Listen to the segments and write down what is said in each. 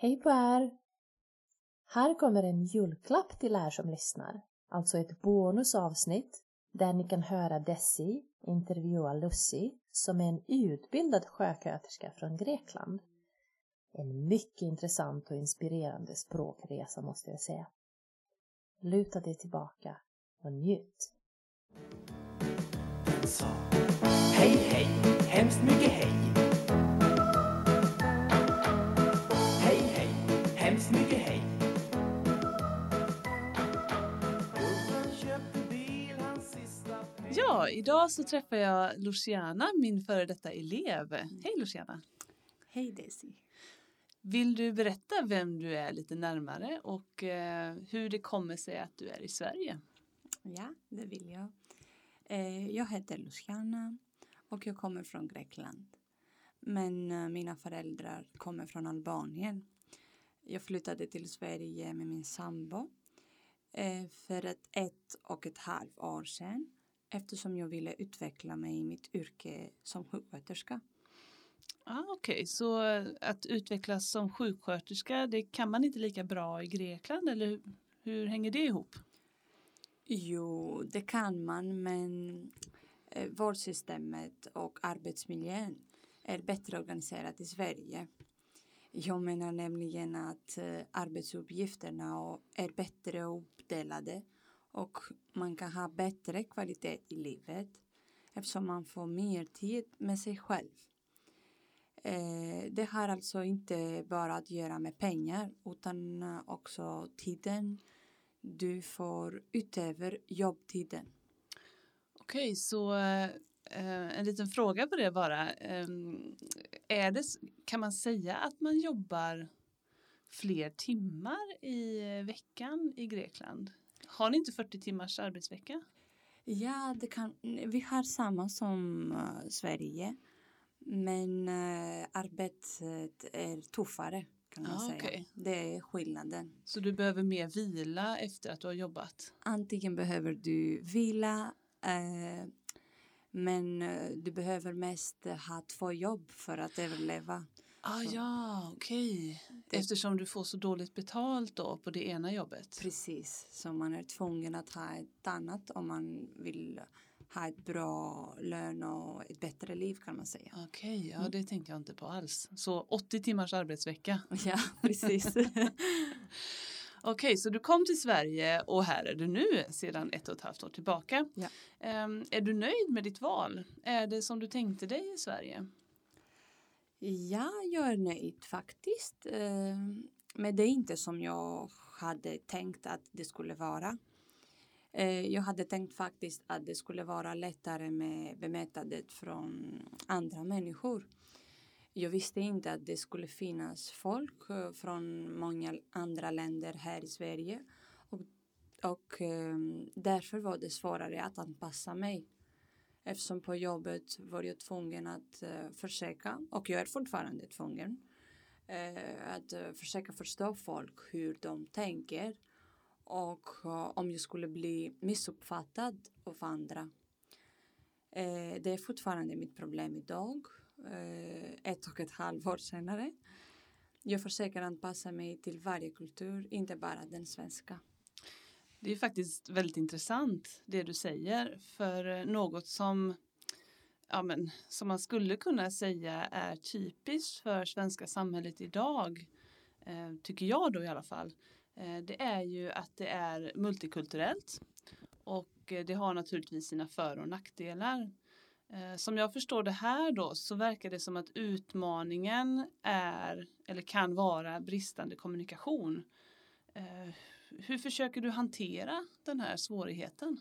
Hej på er! Här kommer en julklapp till er som lyssnar. Alltså ett bonusavsnitt där ni kan höra Desi intervjua Lucy som är en utbildad sjösköterska från Grekland. En mycket intressant och inspirerande språkresa måste jag säga. Luta dig tillbaka och njut. Så. Hej, hej, hemskt mycket hej. Hej, hej, hemskt mycket hej. Ja, idag så träffar jag Luciana, min före detta elev. Hej Luciana. Hej Desi. Vill du berätta vem du är lite närmare och hur det kommer sig att du är i Sverige? Ja, det vill jag. Jag heter Luciana och jag kommer från Grekland. Men mina föräldrar kommer från Albanien. Jag flyttade till Sverige med min sambo för 1,5 år sedan. Eftersom jag ville utveckla mig i mitt yrke som sjuksköterska. Okej. Så att utvecklas som sjuksköterska, det kan man inte lika bra i Grekland, eller hur hänger det ihop? Jo, det kan man, men vårdsystemet och arbetsmiljön är bättre organiserat i Sverige. Jag menar nämligen att arbetsuppgifterna är bättre uppdelade och man kan ha bättre kvalitet i livet eftersom man får mer tid med sig själv. Det har alltså inte bara att göra med pengar utan också tiden du får utöver jobbtiden. Okej, så en liten fråga på det bara. Kan man säga att man jobbar fler timmar i veckan i Grekland? Har ni inte 40 timmars arbetsvecka? Ja, vi har samma som Sverige. Men arbetet är tuffare kan man säga. Okay. Det är skillnaden. Så du behöver mer vila efter att du har jobbat? Antingen behöver du vila. Men du behöver mest ha 2 jobb för att överleva. Ja, okej. Eftersom du får så dåligt betalt då på det ena jobbet. Precis, så man är tvungen att ha ett annat om man vill ha ett bra lön och ett bättre liv kan man säga. Okej, ja det tänkte jag inte på alls. Så 80 timmars arbetsvecka. Ja, precis. Okej, så du kom till Sverige och här är du nu sedan 1,5 år tillbaka. Ja. Är du nöjd med ditt val? Är det som du tänkte dig i Sverige? Ja, jag är nöjd faktiskt. Men det är inte som jag hade tänkt att det skulle vara. Jag hade tänkt faktiskt att det skulle vara lättare med bemötandet från andra människor. Jag visste inte att det skulle finnas folk från många andra länder här i Sverige. Och därför var det svårare att anpassa mig. Eftersom på jobbet var jag tvungen att försöka, och jag är fortfarande tvungen, att försöka förstå folk hur de tänker. Och om jag skulle bli missuppfattad av andra. Det är fortfarande mitt problem idag. 1,5 år senare. Jag försöker anpassa mig till varje kultur, inte bara den svenska. Det är faktiskt väldigt intressant det du säger. För något som man skulle kunna säga är typiskt för svenska samhället idag. Tycker jag då i alla fall. Det är ju att det är multikulturellt. Och det har naturligtvis sina för- och nackdelar. Som jag förstår det här då så verkar det som att utmaningen är eller kan vara bristande kommunikation. Hur försöker du hantera den här svårigheten?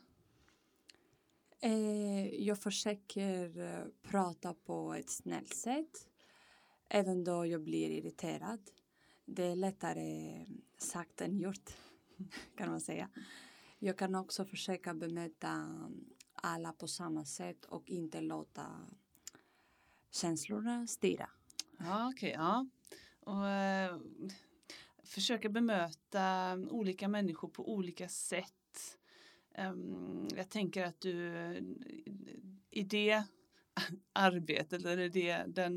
Jag försöker prata på ett snällt sätt. Även då jag blir irriterad. Det är lättare sagt än gjort kan man säga. Jag kan också försöka bemöta alla på samma sätt och inte låta känslorna styra. Ja, okej. Ja. Och försöka bemöta olika människor på olika sätt. Jag tänker att du i det arbetet eller den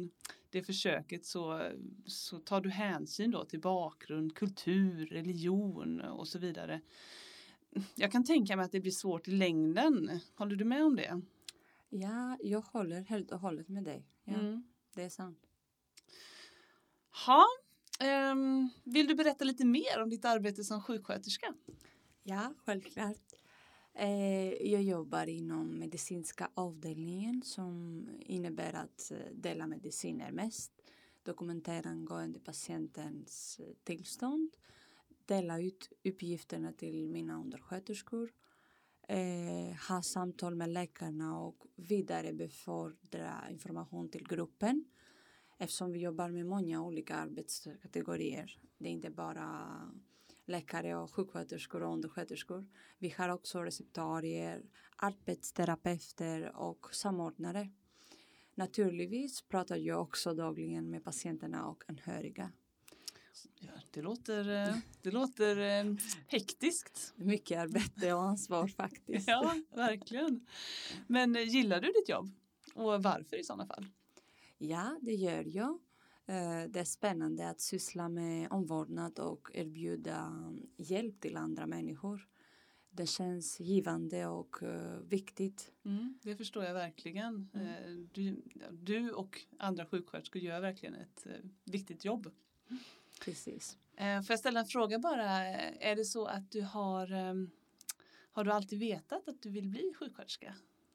det försöket så tar du hänsyn då till bakgrund, kultur, religion och så vidare. Jag kan tänka mig att det blir svårt i längden. Håller du med om det? Ja, jag håller helt och hållet med dig. Ja, det är sant. Ja, vill du berätta lite mer om ditt arbete som sjuksköterska? Ja, självklart. Jag jobbar inom medicinska avdelningen som innebär att dela mediciner mest, dokumentera angående patientens tillstånd, dela ut uppgifterna till mina undersköterskor, ha samtal med läkarna och vidarebefordra information till gruppen. Eftersom vi jobbar med många olika arbetskategorier. Det är inte bara läkare och sjuksköterskor och undersköterskor. Vi har också receptarier, arbetsterapeuter och samordnare. Naturligtvis pratar jag också dagligen med patienterna och anhöriga. Ja, det låter hektiskt. Mycket arbete och ansvar faktiskt. Ja, verkligen. Men gillar du ditt jobb? Och varför i sådana fall? Ja, det gör jag. Det är spännande att syssla med omvårdnad och erbjuda hjälp till andra människor. Det känns givande och viktigt. Det förstår jag verkligen. Du och andra sjuksköterskor gör verkligen ett viktigt jobb. Precis. Får jag ställa en fråga bara? Är det så att du har du alltid vetat att du vill bli sjuksköterska?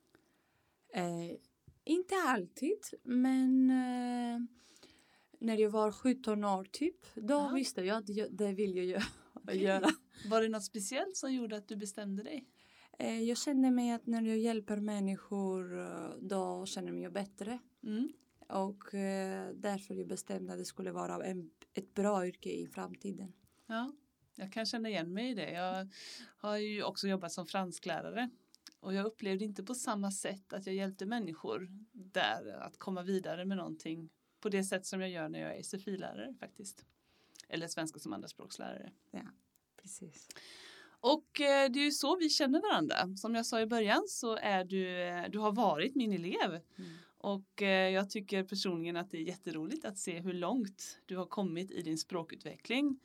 Inte alltid, men när jag var 17 år typ, då visste jag att det vill jag göra. Var det något speciellt som gjorde att du bestämde dig? Jag kände mig att när jag hjälper människor, då känner jag mig bättre. Och därför jag bestämde att det skulle vara ett bra yrke i framtiden. Ja, jag kan känna igen mig i det. Jag har ju också jobbat som fransklärare. Och jag upplevde inte på samma sätt att jag hjälpte människor där att komma vidare med någonting på det sätt som jag gör när jag är SFI-lärare faktiskt. Eller svenska som andraspråkslärare. Ja, precis. Och det är ju så vi känner varandra. Som jag sa i början så är du har varit min elev. Och jag tycker personligen att det är jätteroligt att se hur långt du har kommit i din språkutveckling.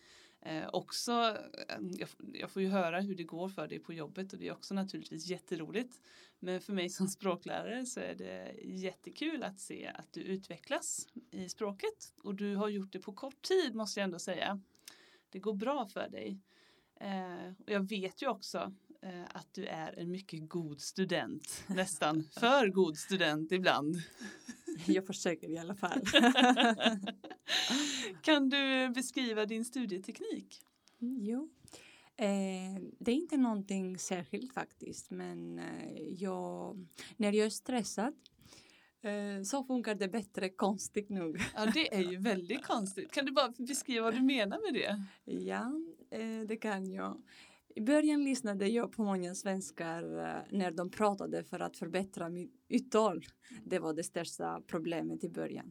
Jag får ju höra hur det går för dig på jobbet och det är också naturligtvis jätteroligt. Men för mig som språklärare så är det jättekul att se att du utvecklas i språket. Och du har gjort det på kort tid måste jag ändå säga. Det går bra för dig. Och jag vet ju också att du är en mycket god student. Nästan för god student ibland. Jag försöker i alla fall. Kan du beskriva din studieteknik? Jo. Det är inte någonting särskilt faktiskt. Men när jag är stressad så funkar det bättre konstigt nog. Ja, det är ju väldigt konstigt. Kan du bara beskriva vad du menar med det? Ja, det kan jag. I början lyssnade jag på många svenskar när de pratade för att förbättra mitt uttal. Det var det största problemet i början.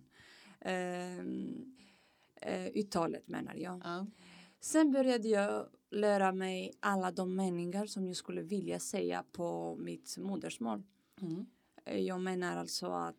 Uttalet menar jag. Ja. Sen började jag lära mig alla de meningar som jag skulle vilja säga på mitt modersmål. Jag menar alltså att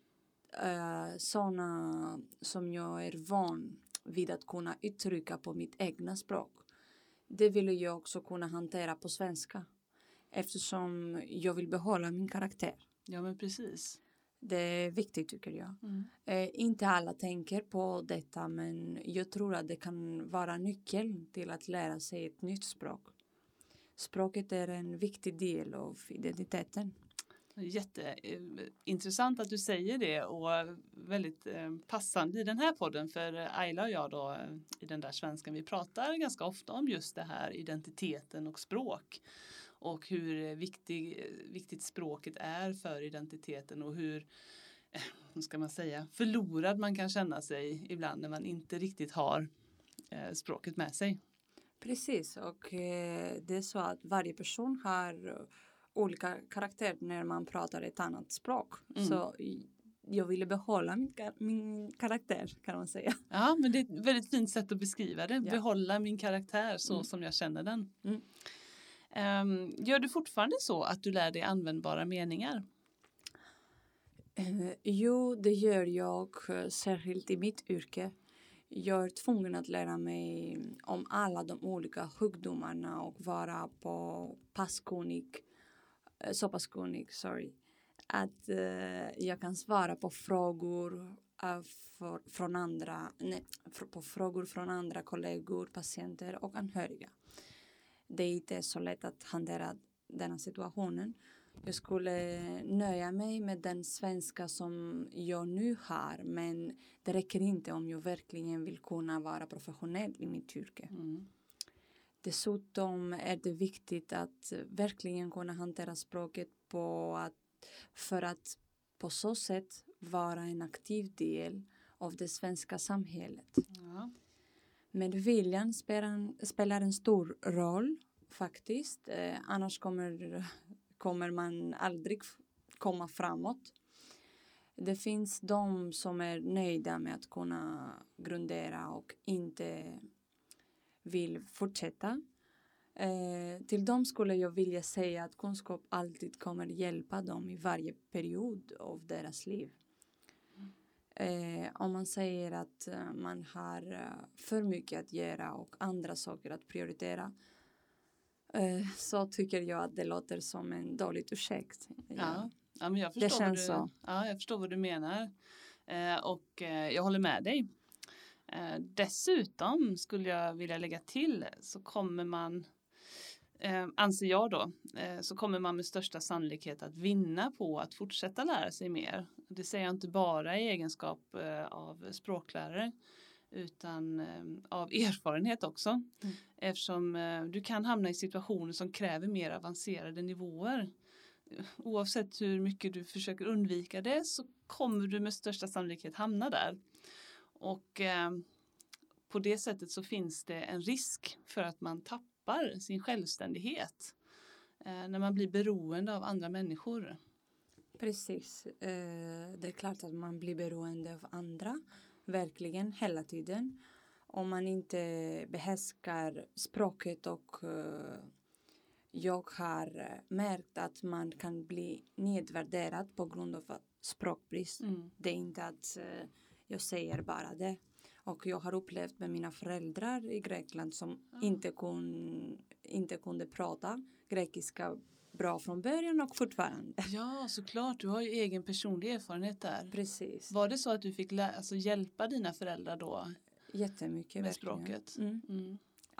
sådana som jag är van vid att kunna uttrycka på mitt egna språk. Det vill jag också kunna hantera på svenska. Eftersom jag vill behålla min karaktär. Ja, men precis. Det är viktigt tycker jag. Inte alla tänker på detta men jag tror att det kan vara nyckeln till att lära sig ett nytt språk. Språket är en viktig del av identiteten. Jätteintressant att du säger det och väldigt passande i den här podden för Ayla och jag då i den där svenskan vi pratar ganska ofta om just det här identiteten och språk och hur viktigt språket är för identiteten och hur ska man säga, förlorad man kan känna sig ibland när man inte riktigt har språket med sig. Precis och det är så att varje person har olika karaktär när man pratar ett annat språk. Så jag ville behålla min karaktär kan man säga. Ja, men det är ett väldigt fint sätt att beskriva det. Ja. Behålla min karaktär så som jag känner den. Gör du fortfarande så att du lär dig användbara meningar? Jo, det gör jag, särskilt i mitt yrke. Jag är tvungen att lära mig om alla de olika sjukdomarna och vara så pass kunnig, att jag kan svara på frågor från andra kollegor, patienter och anhöriga. Det är inte så lätt att hantera denna situationen. Jag skulle nöja mig med den svenska som jag nu har, men det räcker inte om jag verkligen vill kunna vara professionell i mitt yrke. Mm. Dessutom är det viktigt att verkligen kunna hantera språket för att på så sätt vara en aktiv del av det svenska samhället. Ja. Men viljan spelar en stor roll faktiskt. Annars kommer man aldrig komma framåt. Det finns de som är nöjda med att kunna grundera och inte vill fortsätta. Till dem skulle jag vilja säga att kunskap alltid kommer hjälpa dem i varje period av deras liv. Om man säger att man har för mycket att göra och andra saker att prioritera, så tycker jag att det låter som en dålig ursäkt. Ja, men jag det förstår känns så. Ja, jag förstår vad du menar. Och jag håller med dig. Dessutom skulle jag vilja lägga till, så kommer man, anser jag då, så kommer man med största sannolikhet att vinna på att fortsätta lära sig mer. Det säger jag inte bara i egenskap av språklärare, utan av erfarenhet också. Mm. Eftersom du kan hamna i situationer som kräver mer avancerade nivåer. Oavsett hur mycket du försöker undvika det, så kommer du med största sannolikhet hamna där. Och på det sättet så finns det en risk för att man tappar sin självständighet när man blir beroende av andra människor. Precis. Det är klart att man blir beroende av andra, verkligen hela tiden. Om man inte behärskar språket, och jag har märkt att man kan bli nedvärderad på grund av språkbrist. Mm. Det är inte att jag säger bara det. Och jag har upplevt med mina föräldrar i Grekland som inte kunde prata grekiska bra från början och fortfarande. Ja, såklart. Du har ju egen personlig erfarenhet där. Precis. Var det så att du fick hjälpa dina föräldrar då? Jättemycket. Med språket? Mm. Mm.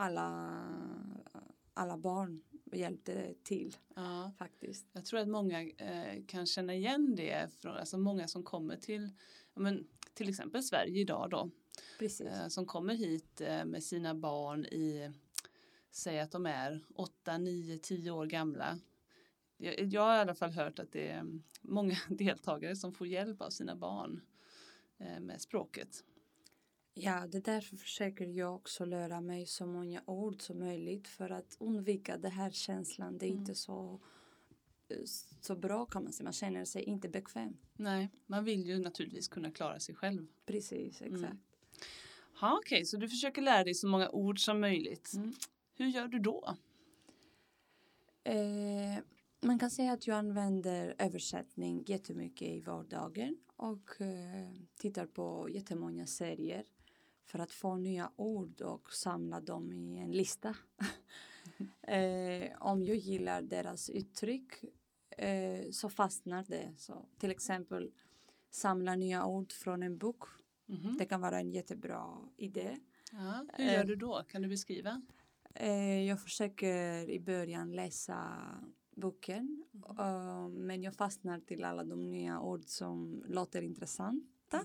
Alla barn hjälpte till, faktiskt. Jag tror att många kan känna igen det. Alltså många som kommer till exempel Sverige idag då. Precis. Som kommer hit med sina barn säg att de är 8, 9, 10 år gamla. Jag har i alla fall hört att det är många deltagare som får hjälp av sina barn med språket. Ja, det därför försöker jag också lära mig så många ord som möjligt för att undvika den här känslan. Det är inte så bra, kan man säga. Man känner sig inte bekväm. Nej, man vill ju naturligtvis kunna klara sig själv. Precis, exakt. Okej, så du försöker lära dig så många ord som möjligt. Hur gör du då? Man kan säga att jag använder översättning jättemycket i vardagen och tittar på jättemånga serier för att få nya ord och samla dem i en lista. Om jag gillar deras uttryck så fastnar det. Så, till exempel samla nya ord från en bok. Det kan vara en jättebra idé. Ja, hur gör du då? Kan du beskriva? Jag försöker i början läsa boken. Men jag fastnar till alla de nya ord som låter intressanta.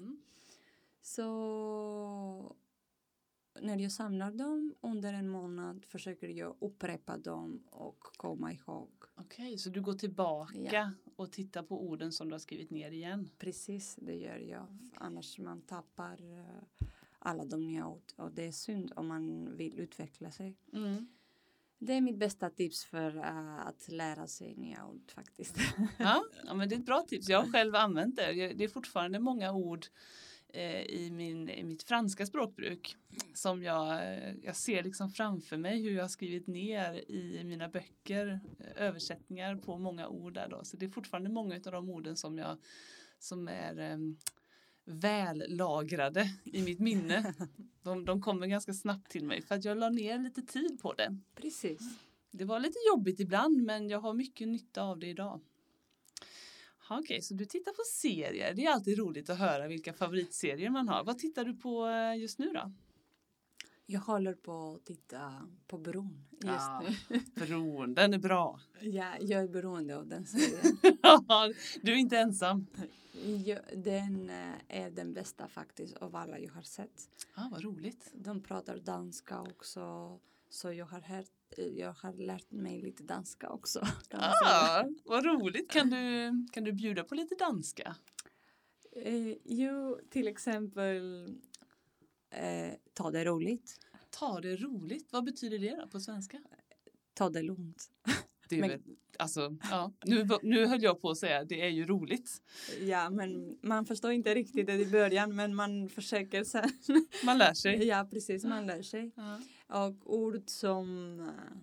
Så när jag samlar dem under en månad försöker jag upprepa dem och komma ihåg. Okej, så du går tillbaka och tittar på orden som du har skrivit ner igen? Precis, det gör jag. Annars man tappar alla de nya ord. Och det är synd om man vill utveckla sig. Det är mitt bästa tips för att lära sig nya ord faktiskt. Ja, men det är ett bra tips. Jag har själv använt det. Det är fortfarande många ord i mitt franska språkbruk som jag ser liksom framför mig hur jag har skrivit ner i mina böcker översättningar på många ord där då. Så det är fortfarande många av de orden som som är vällagrade i mitt minne. De kommer ganska snabbt till mig för att jag la ner lite tid på det. Precis. Det var lite jobbigt ibland, men jag har mycket nytta av det idag. Okej, så du tittar på serier. Det är alltid roligt att höra vilka favoritserier man har. Vad tittar du på just nu då? Jag håller på att titta på Bron just nu. Bron, den är bra. Ja, jag är beroende av den serien. Du är inte ensam. Den är den bästa faktiskt av alla jag har sett. Vad roligt. De pratar danska också. Så jag har lärt mig lite danska också. Vad roligt. Kan du bjuda på lite danska? Jo, till exempel ta det roligt. Ta det roligt. Vad betyder det då på svenska? Ta det lugnt. Det är väl, alltså, ja. Nu höll jag på att säga det är ju roligt. Ja, men man förstår inte riktigt det i början, men man försöker sen. Man lär sig. Ja, precis, man lär sig. Ja. Och ord som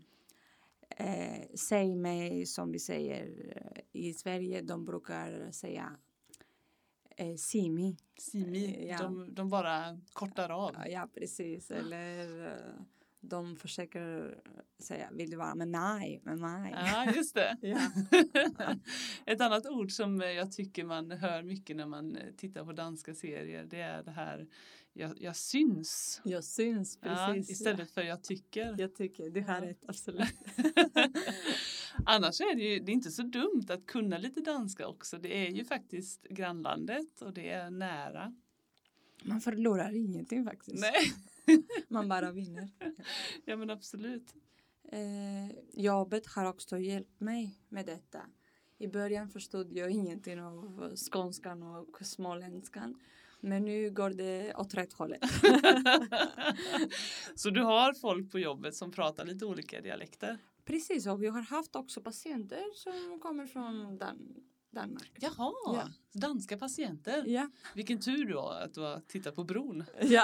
säg mig, som vi säger i Sverige, de brukar säga simi. Simi, Ja. de bara kortar av. Ja, precis. Eller de försöker säga, vill du vara med mig? Ja, just det. Ja. Ett annat ord som jag tycker man hör mycket när man tittar på danska serier, det är det här jag syns. Jag syns, precis. Ja, istället för jag tycker. Jag tycker, du har rätt, absolut. Annars är det är inte så dumt att kunna lite danska också. Det är ju faktiskt grannlandet och det är nära. Man förlorar ingenting faktiskt. Nej. Man bara vinner. Ja, men absolut. Jobbet har också hjälpt mig med detta. I början förstod jag ingenting av skånskan och småländskan. Men nu går det åt rätt hållet. Så du har folk på jobbet som pratar lite olika dialekter? Precis, och vi har haft också patienter som kommer från Danmark. Jaha, Ja. Danska patienter. Ja. Vilken tur då att du har tittat på Bron. Ja.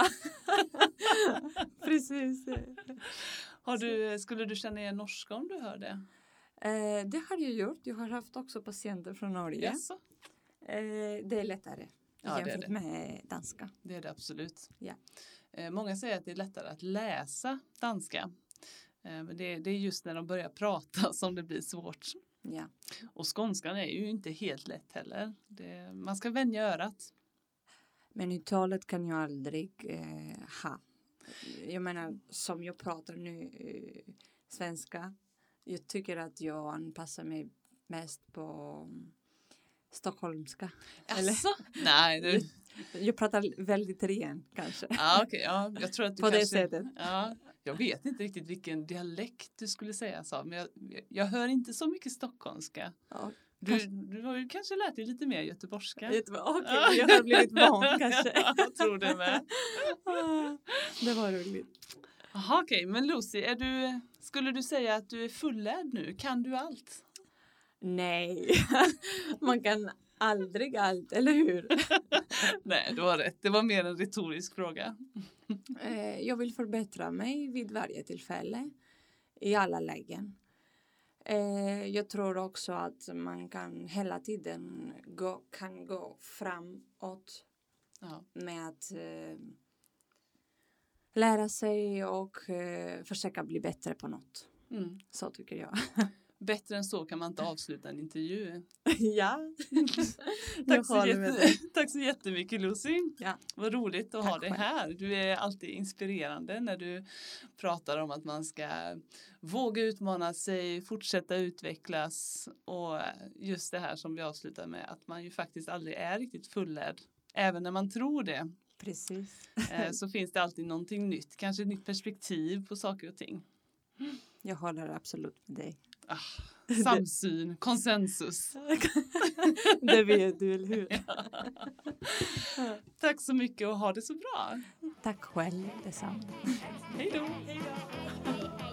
Precis. Skulle du känna igen norska om du hör det? Det har jag gjort. Jag har haft också patienter från Norge. Yes. Det är lättare Ja, jämfört det är det. med danska. Det är det absolut. Ja. Många säger att det är lättare att läsa danska. Men det är just när de börjar prata som det blir svårt. Ja. Och skånskan är ju inte helt lätt heller. Man ska vänja örat. Men uttalet kan jag aldrig ha. Jag menar, som jag pratar nu svenska. Jag tycker att jag anpassar mig mest på stockholmska. Alltså? Nej, Jag pratar väldigt ren kanske. Ja, okej. Ja, jag tror att du på kanske... det sättet. Ja, jag vet inte riktigt vilken dialekt du skulle säga så. Men jag hör inte så mycket stockholmska. Ja. Du har ju kanske lärt dig lite mer göteborgska. Okej, jag har blivit van kanske. Jag tror det med. Det var roligt. Jaha, okej. Men Lucy, skulle du säga att du är fullärd nu? Kan du allt? Nej, man kan aldrig allt, eller hur? Nej, du har rätt. Det var mer en retorisk fråga. Jag vill förbättra mig vid varje tillfälle. I alla lägen. Jag tror också att man kan hela tiden gå framåt. Ja. Med att lära sig och försöka bli bättre på något. Mm. Så tycker jag. Bättre än så kan man inte avsluta en intervju. Ja. Tack så jättemycket Lucy. Ja. Vad roligt att Tack ha dig här. Du är alltid inspirerande när du pratar om att man ska våga utmana sig, fortsätta utvecklas. Och just det här som vi avslutar med, att man ju faktiskt aldrig är riktigt fullärd. Även när man tror det. Precis. Så finns det alltid någonting nytt. Kanske ett nytt perspektiv på saker och ting. Jag håller absolut med dig. Samsyn, konsensus. Det vet du, eller hur? Ja. Tack så mycket och ha det så bra. Tack själv, detsamma. Hej då.